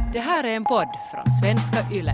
Det här är en podd från Svenska Yle.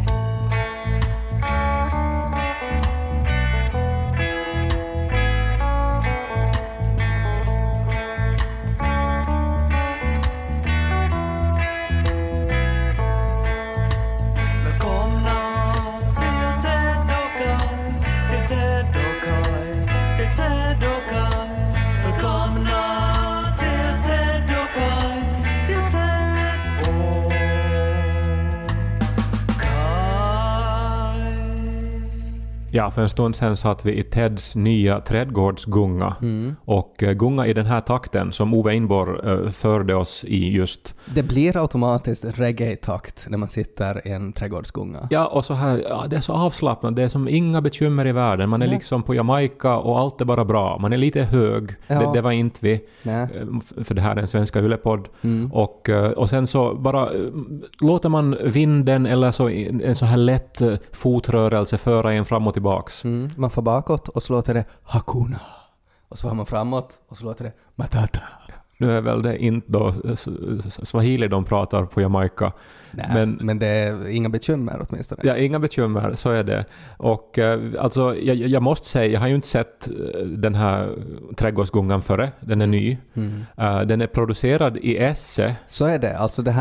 Ja, för en stund sedan satt vi i Teds nya trädgårdsgunga och gunga i den här takten som Ove Einborg förde oss i just. Det blir automatiskt reggae-takt när man sitter i en trädgårdsgunga. Ja, och så här, ja, det är så avslappnat, det är som inga bekymmer i världen. Man är liksom på Jamaica och allt är bara bra. Man är lite hög, det var inte vi, för det här är en Svenska Yle-podd. Och sen så bara låter man vinden eller så en så här lätt fotrörelse föra en fram och tillbaks. Man får bakåt och så låter det hakuna. Och så får man framåt och så låter det matata. Nu är väl det inte då swahili de pratar på Jamaica. Nej, men det är inga bekymmer åtminstone. Ja, inga bekymmer, så är det. Och alltså, jag måste säga, jag har ju inte sett den här trädgårdsgungan före. Den är ny. Den är producerad i Esse. Så är det. Alltså det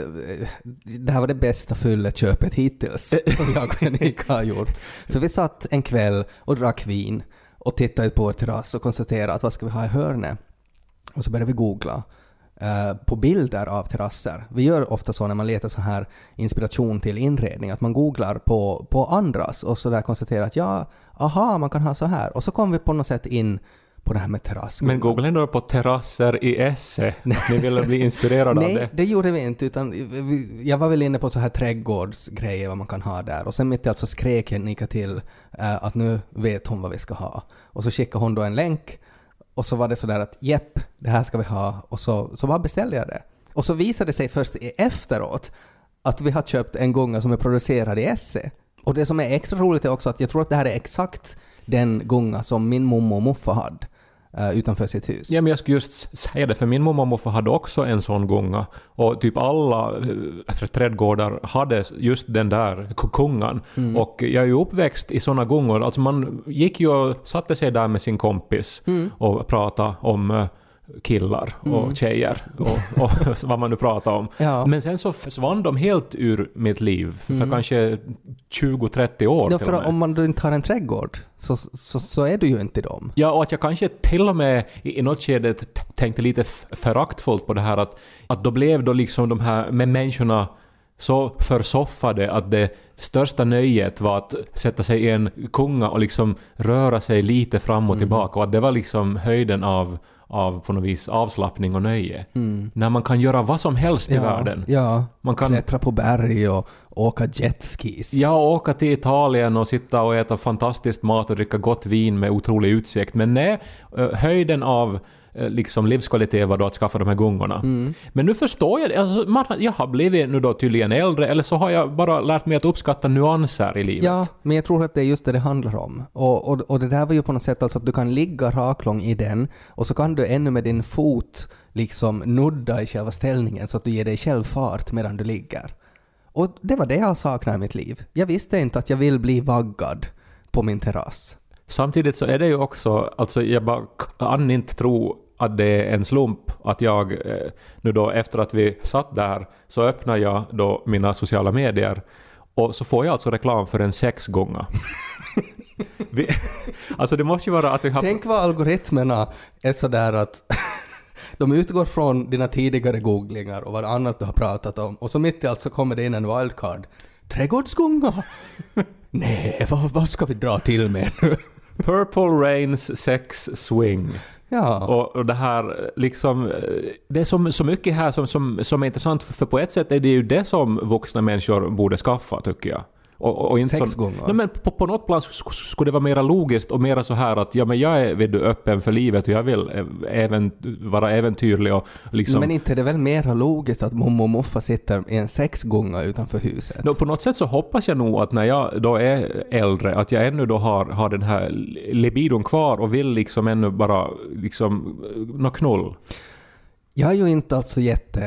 här var det bästa fylleköpet hittills som jag och Janika har gjort. För vi satt en kväll och drack vin och tittade på vår terrass och konstaterade att vad ska vi ha i hörnet? Och så började vi googla på bilder av terrasser. Vi gör ofta så när man letar så här inspiration till inredning, att man googlar på andras och så där konstaterar att man kan ha så här. Och så kom vi på något sätt in på det här med terrass. Men googlade ändå på terrasser i Esse? Ni ville bli inspirerade av det? Nej, det gjorde vi inte, utan jag var väl inne på så här trädgårdsgrejer vad man kan ha där. Och sen mitt i allt så skrek Nika till att nu vet hon vad vi ska ha. Och så skickade hon då en länk. Och så var det sådär att det här ska vi ha. Och så bara beställde jag det. Och så visade det sig först efteråt att vi har köpt en gunga som är producerad i Esse. Och det som är extra roligt är också att jag tror att det här är exakt den gunga som min mamma och muffa hade utanför sitt hus. Ja, men jag skulle just säga det, för min mamma och muffa hade också en sån gunga. Och typ alla trädgårdar hade just den där kungan. Och jag är ju uppväxt i såna gungor. Alltså man gick ju och satte sig där med sin kompis och pratade om killar och tjejer och vad man nu pratar om. Ja. Men sen så försvann de helt ur mitt liv för kanske 20-30 år. Ja, för om man då inte har en trädgård så är du ju inte dem. Ja, och att jag kanske till och med i något skede tänkte lite föraktfullt på det här att då blev då liksom de här med människorna så försoffade att det största nöjet var att sätta sig i en kunga och liksom röra sig lite fram och tillbaka, och att det var liksom höjden av på något vis avslappning och nöje. När man kan göra vad som helst i världen. Ja, man kan klättra på berg och åka jetskis. Ja, åka till Italien och sitta och äta fantastiskt mat och dricka gott vin med otrolig utsikt. Men nej, höjden av liksom livskvalitet var då att skaffa de här gungorna. Men nu förstår jag det. Alltså, jag har blivit nu då tydligen äldre, eller så har jag bara lärt mig att uppskatta nyanser i livet. Ja, men jag tror att det är just det handlar om. Och det där var ju på något sätt alltså att du kan ligga raklång i den och så kan du ännu med din fot liksom nudda i själva ställningen så att du ger dig själv fart medan du ligger. Och det var det jag saknade i mitt liv. Jag visste inte att jag vill bli vaggad på min terrass. Samtidigt så är det ju också, alltså jag bara kan inte tro att det är en slump att jag nu då efter att vi satt där så öppnar jag då mina sociala medier och så får jag alltså reklam för en sexgunga. Alltså det måste ju vara att vi har... Tänk vad algoritmerna är sådär att de utgår från dina tidigare googlingar och vad annat du har pratat om och så mitt i allt så kommer det in en wildcard. Trädgårdsgunga? Nej, vad ska vi dra till med nu? Purple Rains Sex Swing. Ja. Och det här liksom, det är så mycket här som är intressant, för på ett sätt är det ju det som vuxna människor borde skaffa, tycker jag. Och inte sexgunga. Men på något plan skulle det vara mera logiskt och mera så här att ja, men jag är öppen för livet och jag vill även vara äventyrlig och liksom... Men inte är det väl mera logiskt att mamma och muffa sitter i en sexgunga utanför huset? På något sätt så hoppas jag nog att när jag då är äldre att jag ännu då har den här libidon kvar och vill liksom ännu bara liksom något knull. Jag är ju inte alltså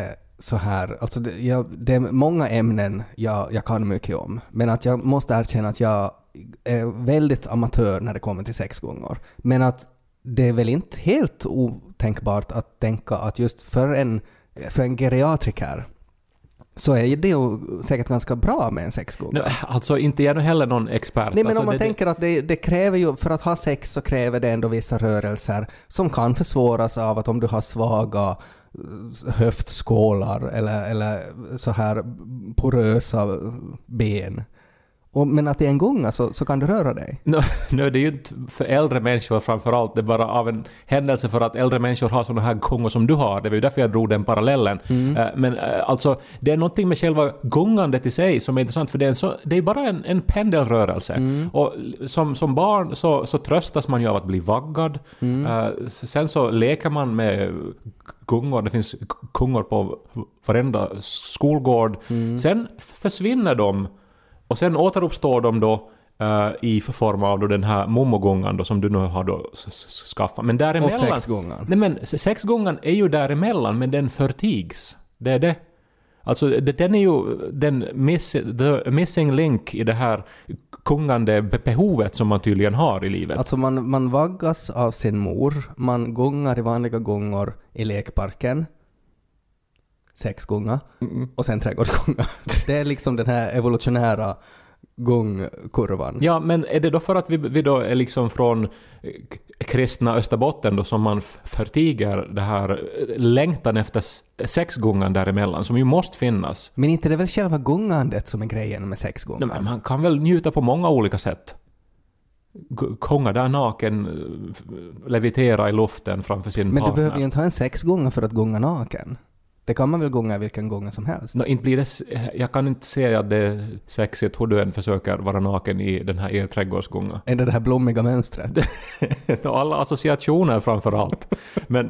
så här, alltså det är många ämnen jag kan mycket om, men att jag måste erkänna att jag är väldigt amatör när det kommer till sexgångor. Men att det är väl inte helt otänkbart att tänka att just för en geriatriker så är det ju säkert ganska bra med en sexgång. Alltså inte jag heller någon expert. Nej, men alltså, om man tänker att det kräver ju, för att ha sex så kräver det ändå vissa rörelser som kan försvåras av att om du har svaga höftskålar eller så här porösa ben. Men att det är en gång så kan du röra dig. Det är ju inte för äldre människor framförallt. Det är bara av en händelse för att äldre människor har sådana här gånger som du har. Det var ju därför jag drog den parallellen. Men alltså, det är någonting med själva gångandet i sig som är intressant. För det är ju bara en pendelrörelse. Och som barn så tröstas man ju av att bli vaggad. Sen så leker man med gungor. Det finns gungor på varenda skolgård. Sen försvinner de. Och sen återuppstår de då i form av då den här momogångan då, som du nu har då skaffat. Men däremellan... Och sexgångan. Nej, men sexgångan är ju däremellan, men den förtigs. Det är det. Alltså den är ju den missing link i det här kungande behovet som man tydligen har i livet. Alltså man vaggas av sin mor, man gångar i vanliga gångor i lekparken. Sexgånga och sen trädgårdsgånga. Det är liksom den här evolutionära gångkurvan. Ja, men är det då för att vi då är liksom från kristna Österbotten då som man förtiger det här längtan efter sexgången däremellan som ju måste finnas? Men inte det är väl själva gångandet som är grejen med sexgången? Nej, men man kan väl njuta på många olika sätt. Gånga där naken, levitera i luften framför sin partner. Men du behöver ju inte ha en sexgånga för att gånga naken. Det kan man väl gånga vilken gång som helst. Inte blir det, jag kan inte säga att det är sexigt hur du än försöker vara naken i den här trädgårdsgången. Är det här blommiga mönstret? Alla associationer framförallt. Men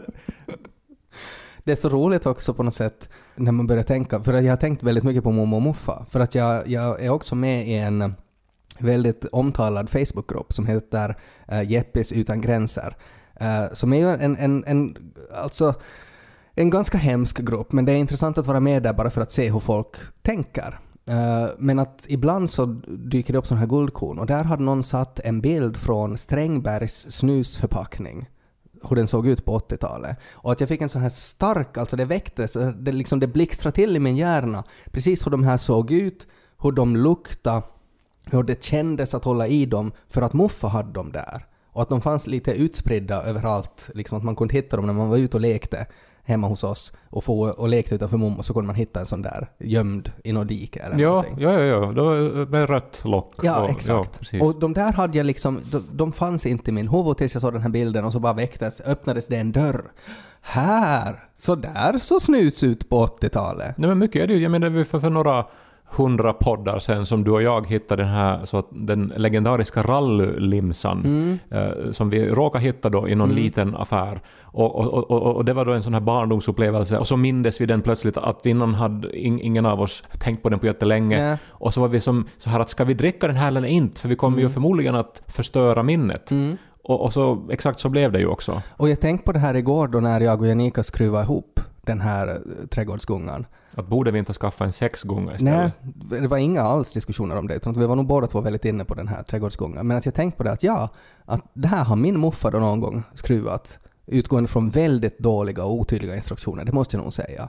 det är så roligt också på något sätt när man börjar tänka. För att jag har tänkt väldigt mycket på Momo och Muffa. För att jag är också med i en väldigt omtalad Facebookgrupp som heter Jeppis utan gränser. Som är ju alltså en ganska hemsk grupp, men det är intressant att vara med där bara för att se hur folk tänker. Men att ibland så dyker det upp sån här guldkorn och där hade någon satt en bild från Strängbergs snusförpackning, hur den såg ut på 80-talet. Och att jag fick en så här stark, alltså det väcktes, det blixtrade till i min hjärna precis hur de här såg ut, hur de luktade, hur det kändes att hålla i dem för att Muffa hade dem där. Och att de fanns lite utspridda överallt, liksom att man kunde hitta dem när man var ute och lekte hemma hos oss och lekte utanför Momo, så kunde man hitta en sån där gömd i något dike eller någonting. Ja. Det var med rött lock. Ja, exakt. Ja, och de där hade jag liksom, de fanns inte i min huvud tills jag såg den här bilden och så bara öppnades det en dörr. Här! Så där så snus ut på 80-talet. Nej, men mycket är det ju. Jag menar, vi för några 100 poddar sen som du och jag hittade den legendariska rallylimsan som vi råkade hitta då i någon liten affär och det var då en sån här barndomsupplevelse och så mindes vi den plötsligt att innan hade ingen av oss tänkt på den på jättelänge och så var vi som så här att ska vi dricka den här eller inte för vi kommer ju förmodligen att förstöra minnet. Och så exakt så blev det ju också. Och jag tänkte på det här igår då när jag och Janika skruvade ihop den här trädgårdsgungan. Att borde vi inte skaffa en sexgånga istället? Nej, det var inga alls diskussioner om det. Utan vi var nog båda två väldigt inne på den här trädgårdsgången. Men att jag tänkte på det att det här har min morfar då någon gång skruvat. Utgående från väldigt dåliga och otydliga instruktioner. Det måste jag nog säga.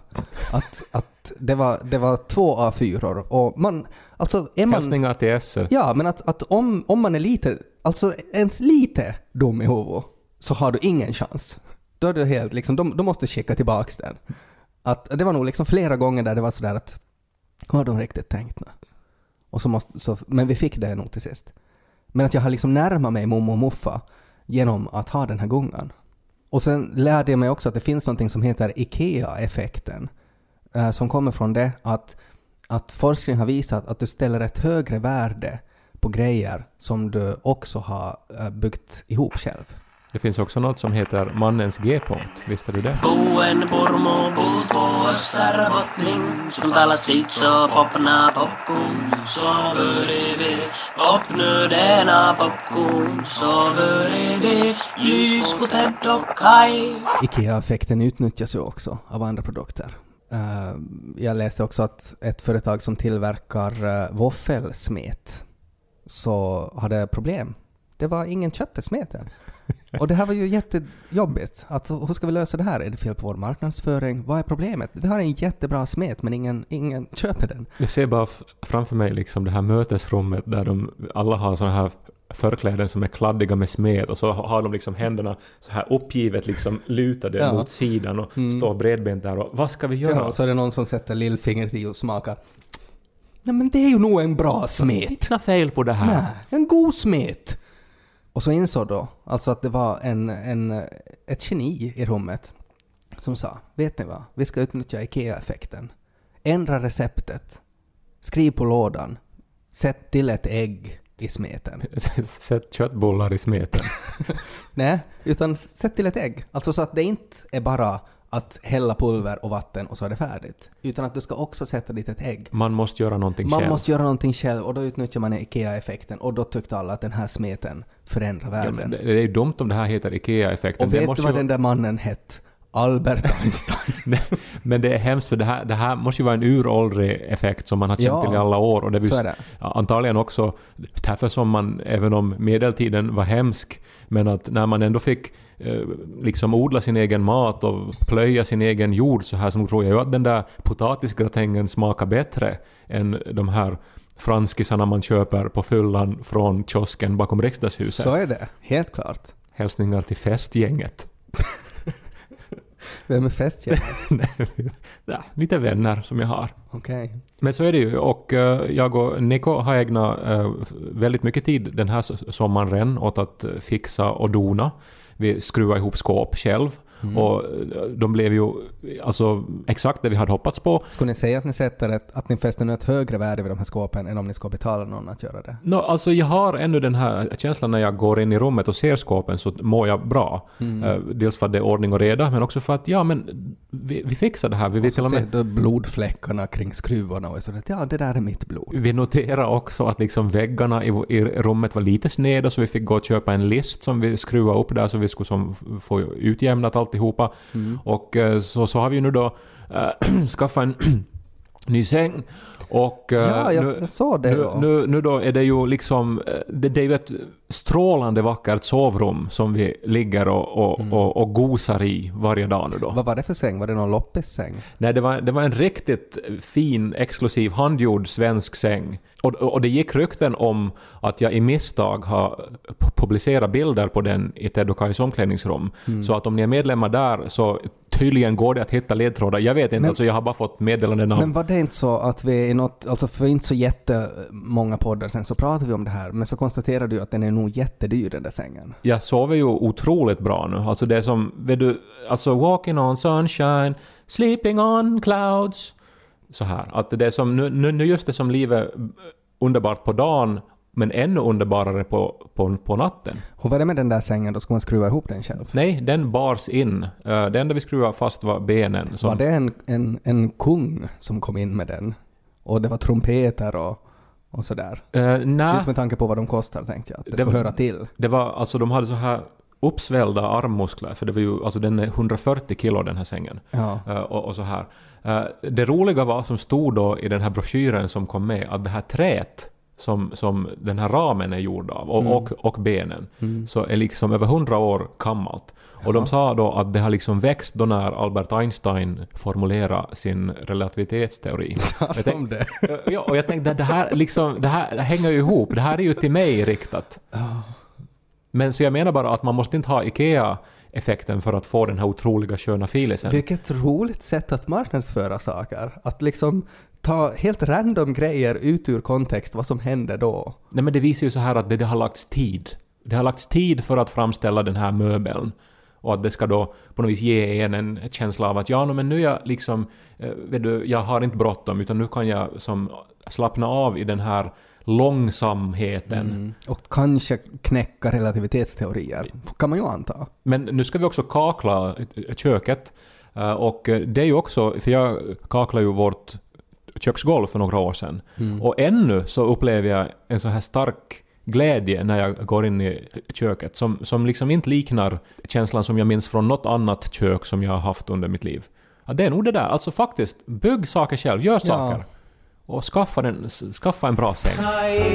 Att det var 2 A4 och man... Alltså är man... Hälsningar till S. Ja, men att om man är lite... Alltså ens lite dum i huvudet så har du ingen chans. Då är du helt liksom... De måste skicka tillbaks den. Att det var nog liksom flera gånger där det var sådär att har de riktigt tänkt nu? Och men vi fick det nog till sist. Men att jag har liksom närmat mig Momo och Muffa genom att ha den här gången. Och sen lärde jag mig också att det finns någonting som heter IKEA-effekten som kommer från det att forskning har visat att du ställer ett högre värde på grejer som du också har byggt ihop själv. Det finns också något som heter mannens G-punkt. Visste du det? Fuen pormo puutko sarvotling som talar sitt så popna popcorn så börjar popnödena popcorn så börjar lys på Ted och Kai. IKEA-effekten utnyttjas ju också av andra produkter. Jag läste också att ett företag som tillverkar våffelsmet så hade problem. Det var ingen köpte smeten. Och det här var ju jättejobbigt. Hur ska vi lösa det här? Är det fel på vår marknadsföring? Vad är problemet? Vi har en jättebra smet men ingen köper den. Jag ser bara framför mig liksom det här mötesrummet där alla har såna här förkläden som är kladdiga med smet och så har de liksom händerna så här uppgivet liksom lutade mot sidan och står bredbent där och vad ska vi göra? Ja, och så är det någon som sätter lillfingret i och smakar. Nej men det är ju nog en bra smet. Hitta fel på det här. Nej, en god smet. Och så insåg då alltså att det var ett geni i rummet som sa, vet ni vad? Vi ska utnyttja IKEA-effekten. Ändra receptet. Skriv på lådan. Sätt till ett ägg i smeten. Sätt köttbullar i smeten. Nej, utan sätt till ett ägg. Alltså så att det inte är bara att hälla pulver och vatten och så är det färdigt. Utan att du ska också sätta dit ett ägg. Man måste göra någonting själv. Man måste göra någonting själv och då utnyttjar man IKEA-effekten och då tyckte alla att den här smeten förändrar världen. Ja, det är ju dumt om det här heter IKEA-effekten. Och vet du vad den där mannen hette? Albert Einstein. Men det är hemskt för det här måste ju vara en uråldrig effekt som man har känt till i alla år. Och det så är det. Antagligen också därför som man, även om medeltiden var hemsk, men att när man ändå fick liksom odla sin egen mat och plöja sin egen jord så här, så tror jag ju att den där potatisgratängen smakar bättre än de här franskisarna man köper på fyllan från kiosken bakom riksdagshuset. Så är det, helt klart. Hälsningar till festgänget. Vem är festgänget? Ja, lite vänner som jag har. Okay. Men så är det ju, och jag och Nico har ägnat väldigt mycket tid den här sommaren åt att fixa och dona. Vi skruvade ihop skåp själv och de blev ju alltså exakt det vi hade hoppats på. Skulle ni säga att ni sätter att ni fäster ett högre värde vid de här skåpen än om ni ska betala någon att göra det? No, alltså jag har ännu den här känslan när jag går in i rummet och ser skåpen så mår jag bra. Dels för att det är ordning och reda men också för att vi fixar det här. Vi och så ser du blodfläckarna kring skruvarna och så att det där är mitt blod. Vi noterar också att liksom väggarna i rummet var lite sneda så vi fick gå och köpa en list som vi skruvade upp där så vi skulle få utjämnat alltihopa. Och så har vi nu då skaffat en ny säng. Och jag såg det nu då är det ju liksom det är ju ett strålande vackert sovrum som vi ligger och gosar i varje dag nu då. Vad var det för säng? Var det någon loppissäng? Nej, det var en riktigt fin, exklusiv, handgjord svensk säng. Och det gick rykten om att jag i misstag har publicerat bilder på den i Ted och Kajs omklädningsrum. Så att om ni är medlemmar där så tydligen går det att hitta ledtrådar. Jag vet inte, alltså jag har bara fått meddelanden om... Men var det inte så att vi i något, alltså för inte så jättemånga poddar sen så pratade vi om det här, men så konstaterade du att den är nog jättedyr den där sängen. Jag sover ju otroligt bra nu. Alltså det är som, vet du, alltså walking on sunshine, sleeping on clouds. Så här, att det är som, nu just det som livet underbart på dagen, men ännu underbarare på natten. Hur var det med den där sängen? Då ska man skruva ihop den själv? Nej, den bars in. Det enda vi skruvade fast var benen. Var det en kung som kom in med den? Och det var trumpeter och sådär? Nej. Just med tanke på vad de kostar tänkte jag. Att det skulle höra till. Det var, alltså de hade så här uppsvällda armmuskler, för det var ju, alltså den är 140 kilo den här sängen. Ja. Och så här. Det roliga var som stod då i den här broschyren som kom med att det här träet som den här ramen är gjord av och benen så är liksom över 100 år gammalt. Och de sa då att det har liksom växt då när Albert Einstein formulerade sin relativitetsteori. Och jag tänkte det här hänger ju ihop. Det här är ju till mig riktat. Men så jag menar bara att man måste inte ha IKEA-effekten för att få den här otroliga sköna filisen. Vilket roligt sätt att marknadsföra saker. Att liksom ta helt random grejer ut ur kontext, vad som händer då. Nej, men det visar ju så här att det har lagts tid. Det har lagts tid för att framställa den här möbeln. Och att det ska då på något vis ge en känsla av att men nu är jag liksom, jag har inte bråttom utan nu kan jag som slappna av i den här långsamheten. Och kanske knäcka relativitetsteorier, kan man ju anta. Men nu ska vi också kakla köket. Och det är ju också, för jag kaklar ju vårt köksgolv för några år sedan. Och ännu så upplever jag en så här stark glädje när jag går in i köket som liksom inte liknar känslan som jag minns från något annat kök som jag har haft under mitt liv. Ja, det är nog det där. Alltså faktiskt, bygg saker själv, gör saker. Och skaffa en bra säng.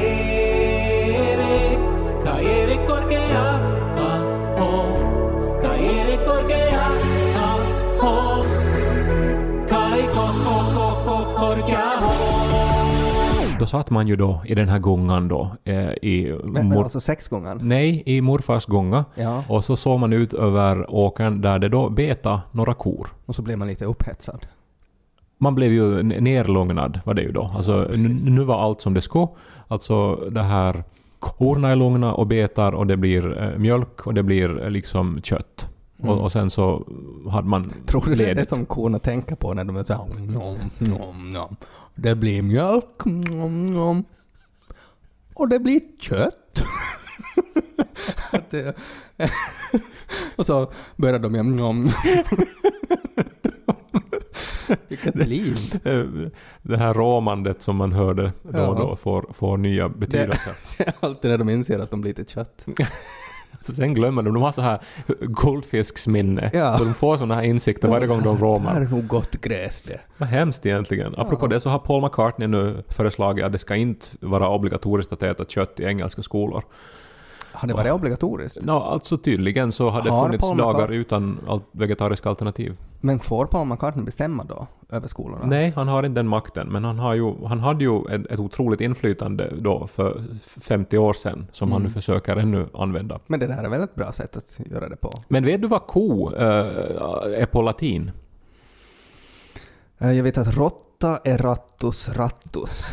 Då satt man ju då i den här gångan då Men alltså 6-gången? Nej, i morfars gånga. Ja. Och så såg man ut över åkern där det då beta några kor. Och så blev man lite upphetsad. Man blev ju nerlugnad, var det ju då. Alltså nu var allt som det skulle. Alltså det här, korna är lugna och betar och det blir mjölk och det blir liksom kött. Och sen så hade man Tror du ledigt. det är som korna tänker på när de är så här, det blir mjölk och det blir kött. Och så börjar de med vilket liv. Det här råmandet som man hörde då och då får nya betydelser. Det är alltid när de inser att de blir lite kött. Sen glömmer de har så här guldfisksminne. Ja. Så de får såna här insikter varje gång de råmar. Det här är nog gott gräs det. Vad hemskt egentligen. Apropå det så har Paul McCartney nu föreslagit att det ska inte vara obligatoriskt att äta kött i engelska skolor. Har det varit obligatoriskt? Alltså tydligen så har det funnits dagar utan vegetariska alternativ. Men får Paul McCartney bestämma då över skolorna? Nej, han har inte den makten. Men han hade ju ett otroligt inflytande då för 50 år sedan som han nu försöker ännu använda. Men det där är väl ett bra sätt att göra det på? Men vet du vad ko är på latin? Jag vet att råtta är rattus.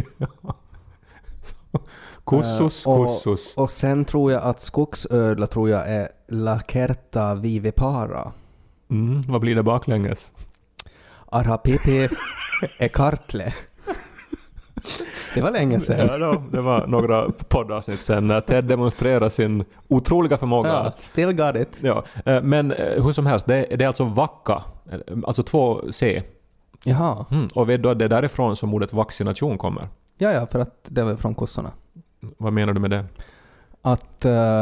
Kussus. Och sen tror jag att skogsödla är Lacerta vivipara. Vad blir det baklänges? Arapipi är kartle. Det var länge sedan. Ja, då, det var några poddavsnitt sen när Ted demonstrerade sin otroliga förmåga. Ja, still got it. Ja, men hur som helst, det är alltså vacka, alltså 2 C. Jaha. Och vet du att det är därifrån som ordet vaccination kommer? Ja, för att det var från kossorna. Vad menar du med det? Att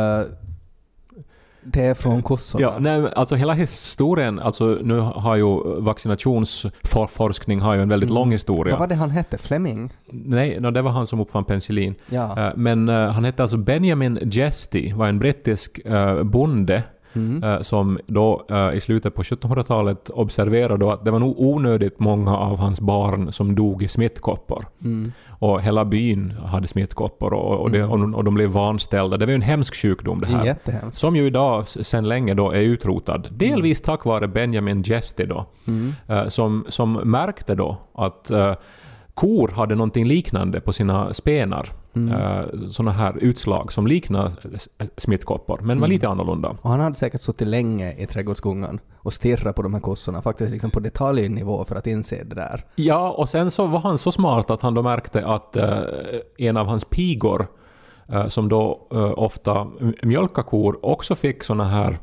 det är från kossorna. Ja, nej, alltså hela historien, alltså nu har ju vaccinationsforskning har ju en väldigt lång historia. Vad var det han hette? Fleming? Nej, det var han som uppfann penicillin. Ja. Men han hette alltså Benjamin Jesty, var en brittisk bonde som då i slutet på 1700-talet observerade då att det var nog onödigt många av hans barn som dog i smittkoppor. Och hela byn hade smittkoppor och de blev vanställda. Det var ju en hemsk sjukdom det här. Jättehemskt. Som ju idag sedan länge då är utrotad. Delvis tack vare Benjamin Jesty då. Som märkte då att kor hade någonting liknande på sina spenar. Såna här utslag som liknar smittkoppor, men var lite annorlunda. Och han hade säkert suttit länge i trädgårdsgången och stirrat på de här kossorna, faktiskt liksom på detaljnivå för att inse det där. Ja, och sen så var han så smart att han då märkte att en av hans pigor, som då ofta mjölkar kor, också fick såna här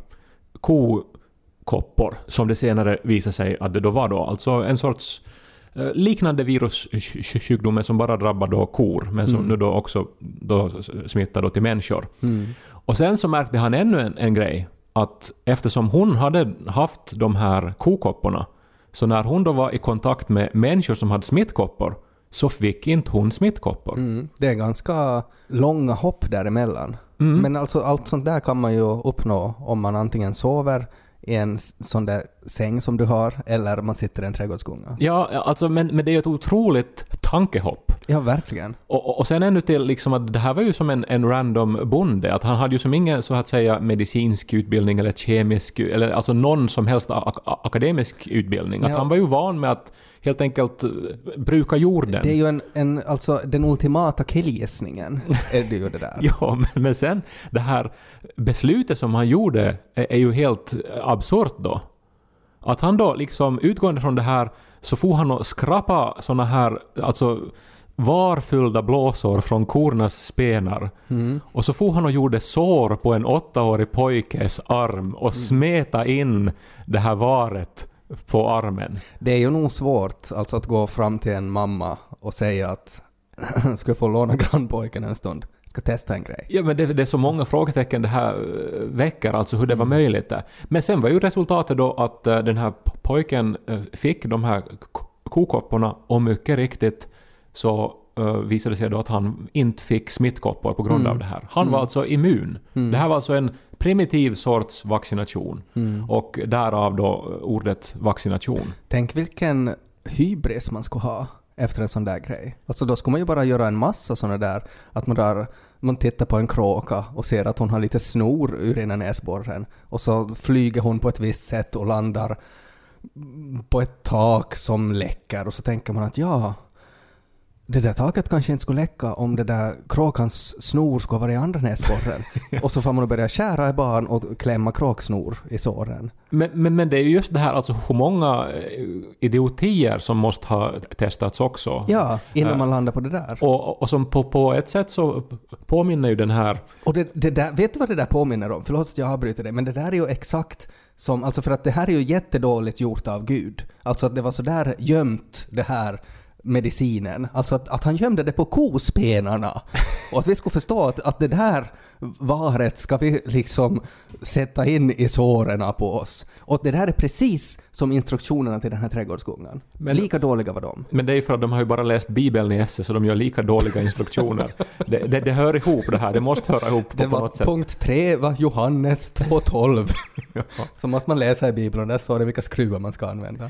kokoppor, som det senare visade sig att det då var då. Alltså en sorts liknande virussjukdomar som bara drabbar då kor, men som nu då också då smittar då till människor. Och sen så märkte han ännu en grej, att eftersom hon hade haft de här kokopporna, så när hon då var i kontakt med människor som hade smittkoppor, så fick inte hon smittkoppor. Det är ganska långa hopp däremellan. Men alltså allt sånt där kan man ju uppnå om man antingen sover i en sån där säng som du har, eller man sitter i en trädgårdsgunga. Ja, alltså, men det är ju ett otroligt tankehopp. Ja, verkligen. Och sen ännu till liksom att det här var ju som en random bonde, att han hade ju som ingen så att säga medicinsk utbildning eller kemisk, eller alltså någon som helst akademisk utbildning. Att han var ju van med att helt enkelt bruka jorden. Det är ju alltså den ultimata killgissningen är det ju det där. Ja, men sen det här beslutet som han gjorde är ju helt absurt då. Att han då liksom utgående från det här så får han att skrapa såna här alltså varfyllda blåsor från kornas spenar. Och så får han och gjorde sår på en 8-årig pojkes arm och smeta in det här varet på armen. Det är ju nog svårt alltså att gå fram till en mamma och säga att ska jag få låna grannpojken en stund. ska testa en grej. Ja, men det är så många frågetecken det här väcker, alltså hur det var möjligt där. Men sen var ju resultatet då att den här pojken fick de här kokopporna och mycket riktigt så visade det sig då att han inte fick smittkoppor på grund av det här. Han var alltså immun. Det här var alltså en primitiv sorts vaccination. Och därav då ordet vaccination. Tänk vilken hybris man skulle ha efter en sån där grej. Alltså då skulle man ju bara göra en massa såna där, att man tittar på en kråka och ser att hon har lite snor ur ena näsborren och så flyger hon på ett visst sätt och landar på ett tak som läcker och så tänker man att det där taket kanske inte skulle läcka om det där kråkans snor skulle vara i andra näsborren. Och så får man börja skära i barn och klämma kråksnor i såren. Men det är ju just det här, alltså hur många idiotier som måste ha testats också. Ja, innan man landar på det där. Och som på ett sätt så påminner ju den här... Och det där, vet du vad det där påminner om? Förlåt att jag avbryter det, men det där är ju exakt som... Alltså för att det här är ju jättedåligt gjort av Gud. Alltså att det var så där gömt det här medicinen. Alltså att han gömde det på kospenarna. Och att vi skulle förstå att det där varet ska vi liksom sätta in i såren på oss. Och det där är precis som instruktionerna till den här trädgårdsgången. Men lika dåliga var de. Men det är ju för att de har ju bara läst Bibeln i esse så de gör lika dåliga instruktioner. det hör ihop det här. Det måste höra ihop på något sätt. Punkt 3 var Johannes 2.12. Så måste man läsa i Bibeln. Där står det vilka skruvar man ska använda.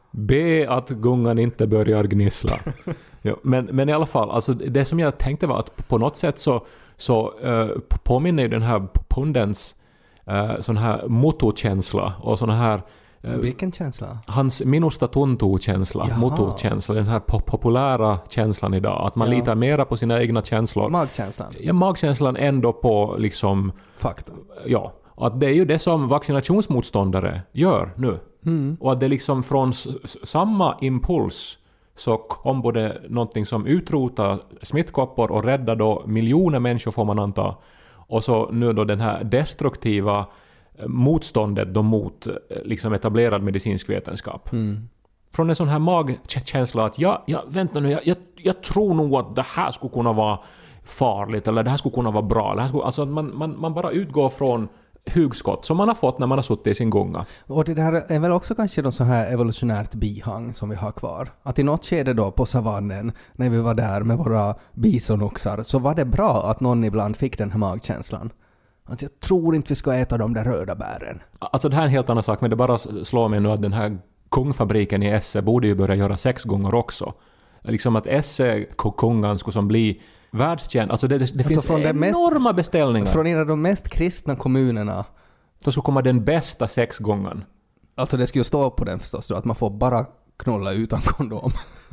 Be att gungan inte börjar gnissla. Ja, men i alla fall, alltså det som jag tänkte var att på något sätt så påminner ju den här pundens sån här motokänsla och sån här... Vilken känsla? Hans minusta tuntu-känsla, motokänsla, den här populära känslan idag. Att man litar mera på sina egna känslor. Magkänslan? Ja, magkänslan ändå på liksom... Fakta? Ja, att det är ju det som vaccinationsmotståndare gör nu. Och att det liksom från samma impuls så kom både någonting som utrotar smittkoppor och räddar då miljoner människor får man anta. Och så nu då den här destruktiva motståndet då mot liksom etablerad medicinsk vetenskap. Från en sån här magkänsla att vänta nu, jag tror nog att det här skulle kunna vara farligt eller det här skulle kunna vara bra. Alltså man bara utgår från hugskott som man har fått när man har suttit i sin gunga. Och det där är väl också kanske då så här evolutionärt bihang som vi har kvar. Att i något skede då på savannen när vi var där med våra bisonoxar så var det bra att någon ibland fick den här magkänslan. Att jag tror inte vi ska äta de där röda bären. Alltså det här är en helt annan sak men det bara slår mig nu att den här kungfabriken i Esse borde ju börja göra 6 gånger också. Liksom att Esse-kungan skulle som bli världskänd. Alltså det alltså finns från enorma beställningar. Från en av de mest kristna kommunerna. Så skulle komma den bästa 6 gången. Alltså det skulle ju stå på den förstås då, att man får bara knulla utan kondom.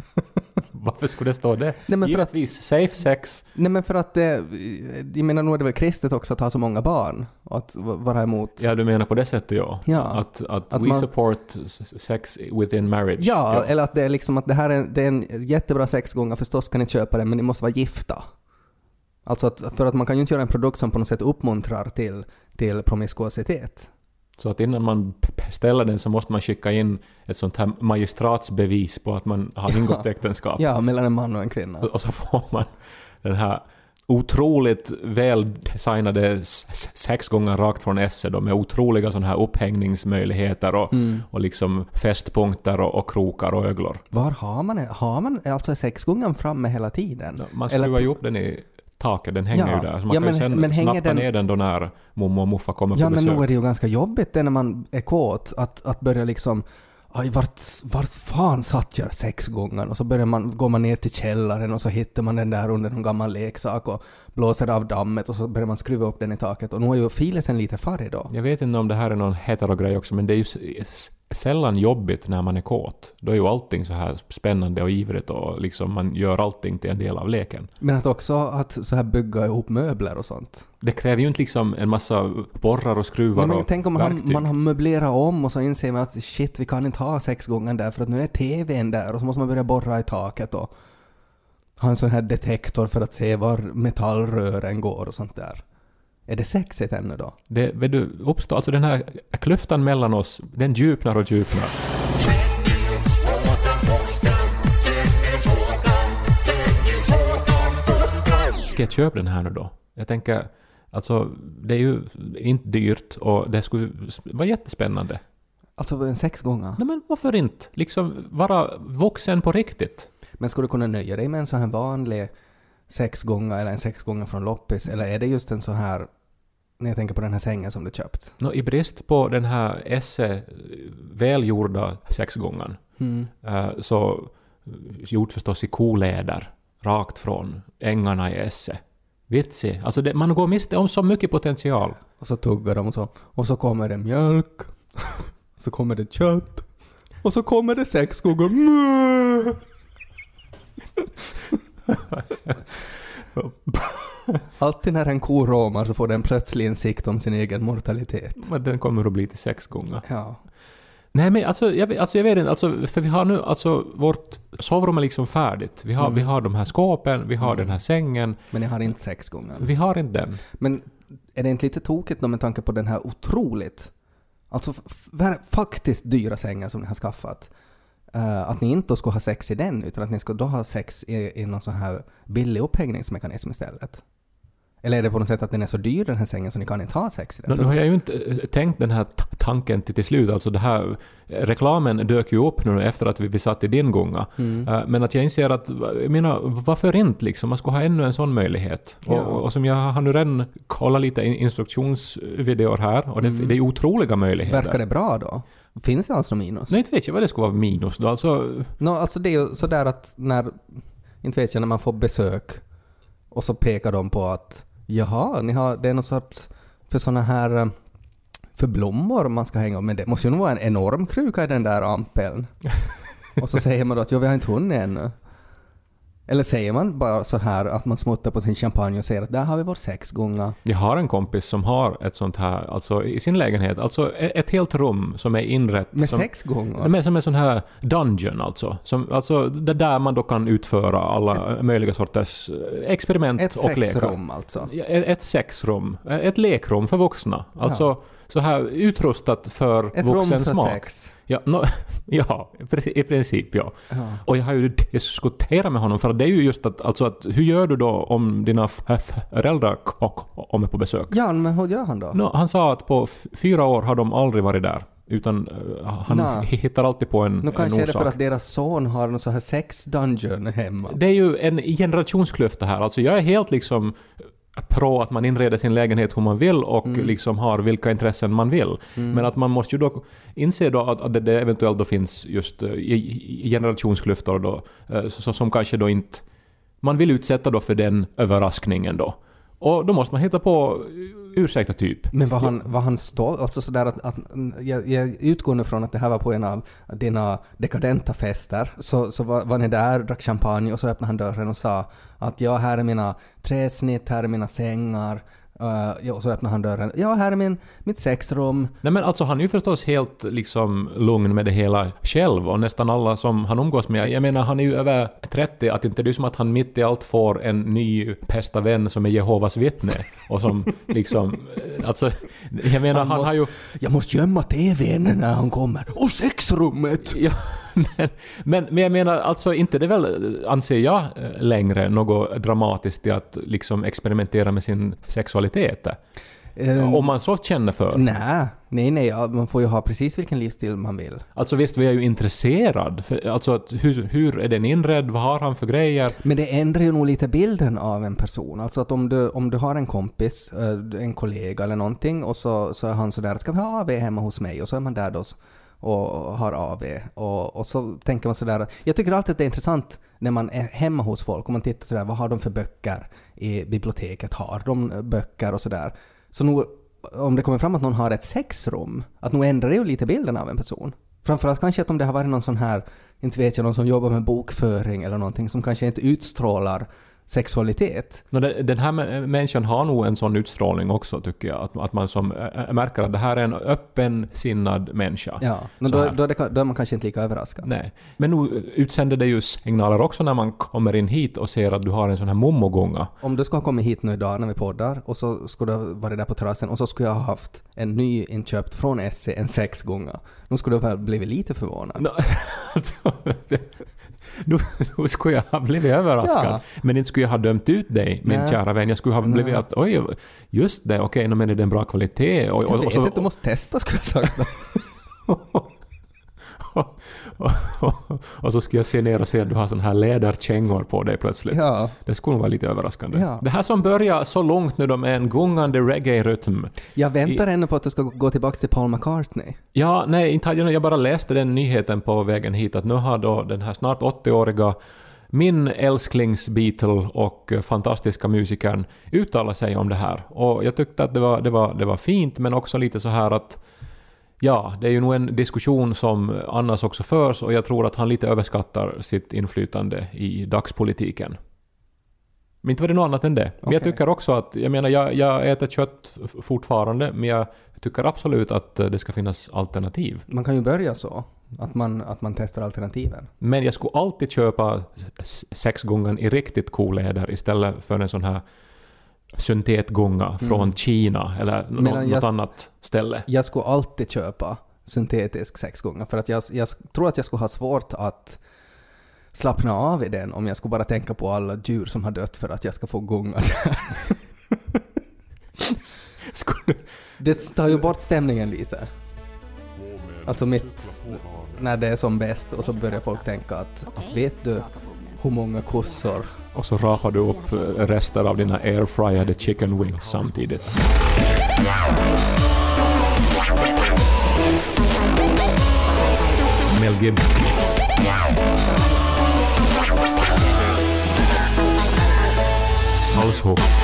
Varför skulle det stå det? Nej, men givetvis safe sex. Nej men för att jag menar nog är det väl kristet också att ha så många barn och att vara emot. Ja, du menar på det sättet ja. Att we support sex within marriage. Ja, eller att det är liksom att det här är en jättebra sexgång, förstås kan ni köpa den men ni måste vara gifta. Alltså för att man kan ju inte göra en produkt som på något sätt uppmuntrar till promiskuositet. Så att innan man beställer den så måste man skicka in ett sånt här magistratsbevis på att man har ingått äktenskap. Ja, mellan en man och en kvinna. Och så får man den här otroligt väl designade 6 gånger rakt från Esse då, med otroliga såna här upphängningsmöjligheter och liksom fästpunkter och krokar och öglor. Var har man alltså 6 gånger framme hela tiden? Ja, man skruvar ju upp den i taket, den hänger ju där. Så man kan ju sen snappa ner den då när mommo och muffa kommer på besök. Ja, men nu är det ju ganska jobbigt när man är kåt att börja liksom vart fan satt jag 6 gånger? Och så går man ner till källaren och så hittar man den där under någon gammal leksak och blåser av dammet och så börjar man skruva upp den i taket. Och nu är ju filesen lite farlig då. Jag vet inte om det här är någon hetero-grej också, men det är ju sällan jobbigt när man är kåt. Då är ju allting så här spännande och ivrigt och liksom man gör allting till en del av leken. Men att så här bygga ihop möbler och sånt. Det kräver ju inte liksom en massa borrar och skruvar. Men och tänk om man har möblerat om och så inser man att shit, vi kan inte ha 6 gånger där för att nu är tvn där och så måste man börja borra i taket och ha en sån här detektor för att se var metallrören går och sånt där. Är det sexigt ännu då? Det vet du, uppstår alltså den här klyftan mellan oss, den djupnar och djupnar. Ska jag köpa den här nu då? Jag tänker, alltså det är ju inte dyrt och det skulle vara jättespännande. Alltså en 6 gånger. Nej, men varför inte? Liksom vara vuxen på riktigt. Men skulle du kunna nöja dig med en så här vanlig 6 gånger eller en 6 gånger från loppis? Eller är det just en så här, när jag tänker på den här sängen som du köpt? I brist på den här Esse välgjorda 6 gången så gjort förstås i koläder rakt från ängarna i Esse. Vitsig. Alltså man går miste om så mycket potential. Och så tuggar de och så kommer det mjölk. Så kommer det kött. Och så kommer det 6 gånger. Alltid när en ko råmar så får den plötslig insikt om sin egen mortalitet. Men den kommer att bli till 6 gånger. Ja. Nej, men jag vet inte, för vi har nu, vårt sovrum är liksom färdigt. Vi har de här skåpen, vi har den här sängen. Men jag har inte 6 gånger. Vi har inte den. Men är det inte lite tokigt då med tanke på den här otroligt, alltså faktiskt dyra sängen som ni har skaffat? Att ni inte ska ha sex i den, utan att ni ska då ha sex i någon sån här billig upphängningsmekanism istället. Eller är det på något sätt att den är så dyr, den här sängen, så ni kan inte ha sex i den? Nu har jag ju inte tänkt den här tanken till slut. Alltså det här, reklamen dök ju upp nu efter att vi satt i din gånga. Men att jag inser att, jag menar, varför inte liksom? Man ska ha ännu en sån möjlighet. Ja. Och som jag har nu redan kollat lite instruktionsvideor här, och det är otroliga möjligheter. Verkar det bra då? Finns det alltså någon minus? Nej, inte vet jag vad det skulle vara minus då. Alltså det är ju sådär att när man får besök och så pekar de på att jaha, det är något sorts för såna här för blommor man ska hänga upp, men det måste ju nog vara en enorm kruka i den där ampeln. Och så säger man då att vi har inte hunnit ännu. Eller säger man bara så här att man smuttar på sin champagne och säger att där har vi vår 6 gånger. Jag har en kompis som har ett sånt här, alltså i sin lägenhet, alltså ett helt rum som är inrett med 6 gånger? Med som en sån här dungeon alltså det där man då kan utföra alla möjliga sorters experiment och lekar. Ett sexrum alltså? Ett sexrum, ett lekrum för vuxna. Alltså så här utrustat för ett vuxen rum för smak. sex? Ja, i princip ja. Och jag har ju diskuterat med honom, för det är ju just att hur gör du då om dina föräldrar kommer på besök? Ja, men hur gör han då? Han sa att på 4 år har de aldrig varit där, utan han hittar alltid på en orsak. Kanske är det för att deras son har en så här sex-dungeon hemma. Det är ju en generationsklyfta här. Alltså jag är helt liksom pro att man inreder sin lägenhet hur man vill och liksom har vilka intressen man vill. Men att man måste ju då inse då att det eventuellt då finns just generationsklyftor då, som kanske då inte man vill utsätta då för den överraskningen då. Och då måste man hitta på ursäkta typ. Men var han stolt? Alltså sådär att jag utgår nu från att det här var på en av dina dekadenta fester. Så var ni där, drack champagne och så öppnade han dörren och sa att ja, här är mina träsnitt, här är mina sängar. Och så öppnade han dörren. Ja, här är mitt sexrum. Nej, men alltså han är ju förstås helt liksom lugn med det hela själv, och nästan alla som han umgås med. Jag menar, han är ju över 30, att inte det är som att han mitt i allt får en ny bästa vän som är Jehovas vittne och som liksom alltså jag menar han har ju jag måste gömma tvn när han kommer och sexrummet. Ja. Men jag menar, alltså inte det väl, anser jag längre något dramatiskt i att liksom experimentera med sin sexualitet. Om man så känner för. Nej, man får ju ha precis vilken livsstil man vill. Alltså visst, vi är ju intresserad. Alltså att hur är den inredd? Vad har han för grejer? Men det ändrar ju nog lite bilden av en person. Alltså att om du har en kompis, en kollega eller någonting, och så är han så där, ska vi ha AV hemma hos mig? Och så är man där då och har AV. Och så tänker man sådär. Jag tycker alltid att det är intressant när man är hemma hos folk och man tittar sådär, vad har de för böcker i biblioteket? Har de böcker och sådär? Så nog, om det kommer fram att någon har ett sexrum, att nog ändrar det ju lite bilden av en person. Framförallt kanske att om det har varit någon sån här, inte vet jag, någon som jobbar med bokföring eller någonting som kanske inte utstrålar sexualitet. Den här människan har nog en sån utstrålning också, tycker jag. Att man som märker att det här är en öppensinnad människa. Ja, men då är man kanske inte lika överraskad. Nej. Men nu utsänder det ju signaler också när man kommer in hit och ser att du har en sån här mommogånga. Om du ska ha kommit hit nu idag när vi poddar och så skulle du vara där på terrassen och så skulle jag ha haft en ny inköpt från SC en 6 gånger. Nu skulle du väl blivit lite förvånad. Alltså, Nu skulle jag ha blivit överraskad. Ja. Men inte skulle jag ha dömt ut dig, min kära vän. Jag skulle ha blivit att, oj, just det, okej, men är det en bra kvalitet? Och Jag vet inte, du måste testa, skulle jag sagt. Och så skulle jag se ner och se att du har sån här läderkängor på dig plötsligt. Ja. Det skulle nog vara lite överraskande. Ja. Det här som börjar så långt nu, de är en gungande reggae-rytm. Jag väntar ännu på att du ska gå tillbaka till Paul McCartney. Ja, nej, inte hade jag bara läste den nyheten på vägen hit att nu har då den här snart 80-åriga min älsklings-Beatle och fantastiska musikern uttalat sig om det här. Och jag tyckte att det var fint, men också lite så här att ja, det är ju nog en diskussion som annars också förs och jag tror att han lite överskattar sitt inflytande i dagspolitiken. Men inte var det något annat än det. Men jag tycker också att, jag menar, jag äter kött fortfarande, men jag tycker absolut att det ska finnas alternativ. Man kan ju börja så, att man testar alternativen. Men jag skulle alltid köpa 6 gånger i riktigt koläder istället för en sån här syntetgunga från Kina eller något annat ställe. Jag skulle alltid köpa syntetisk 6 gånger för att jag tror att jag skulle ha svårt att slappna av i den om jag skulle bara tänka på alla djur som har dött för att jag ska få gunga där. Det tar ju bort stämningen lite. Alltså när det är som bäst och så börjar folk tänka att vet du hur många kossor. Och så rapar du upp rester av dina airfryade chicken wings samtidigt. Mel Gibson. Halshugg.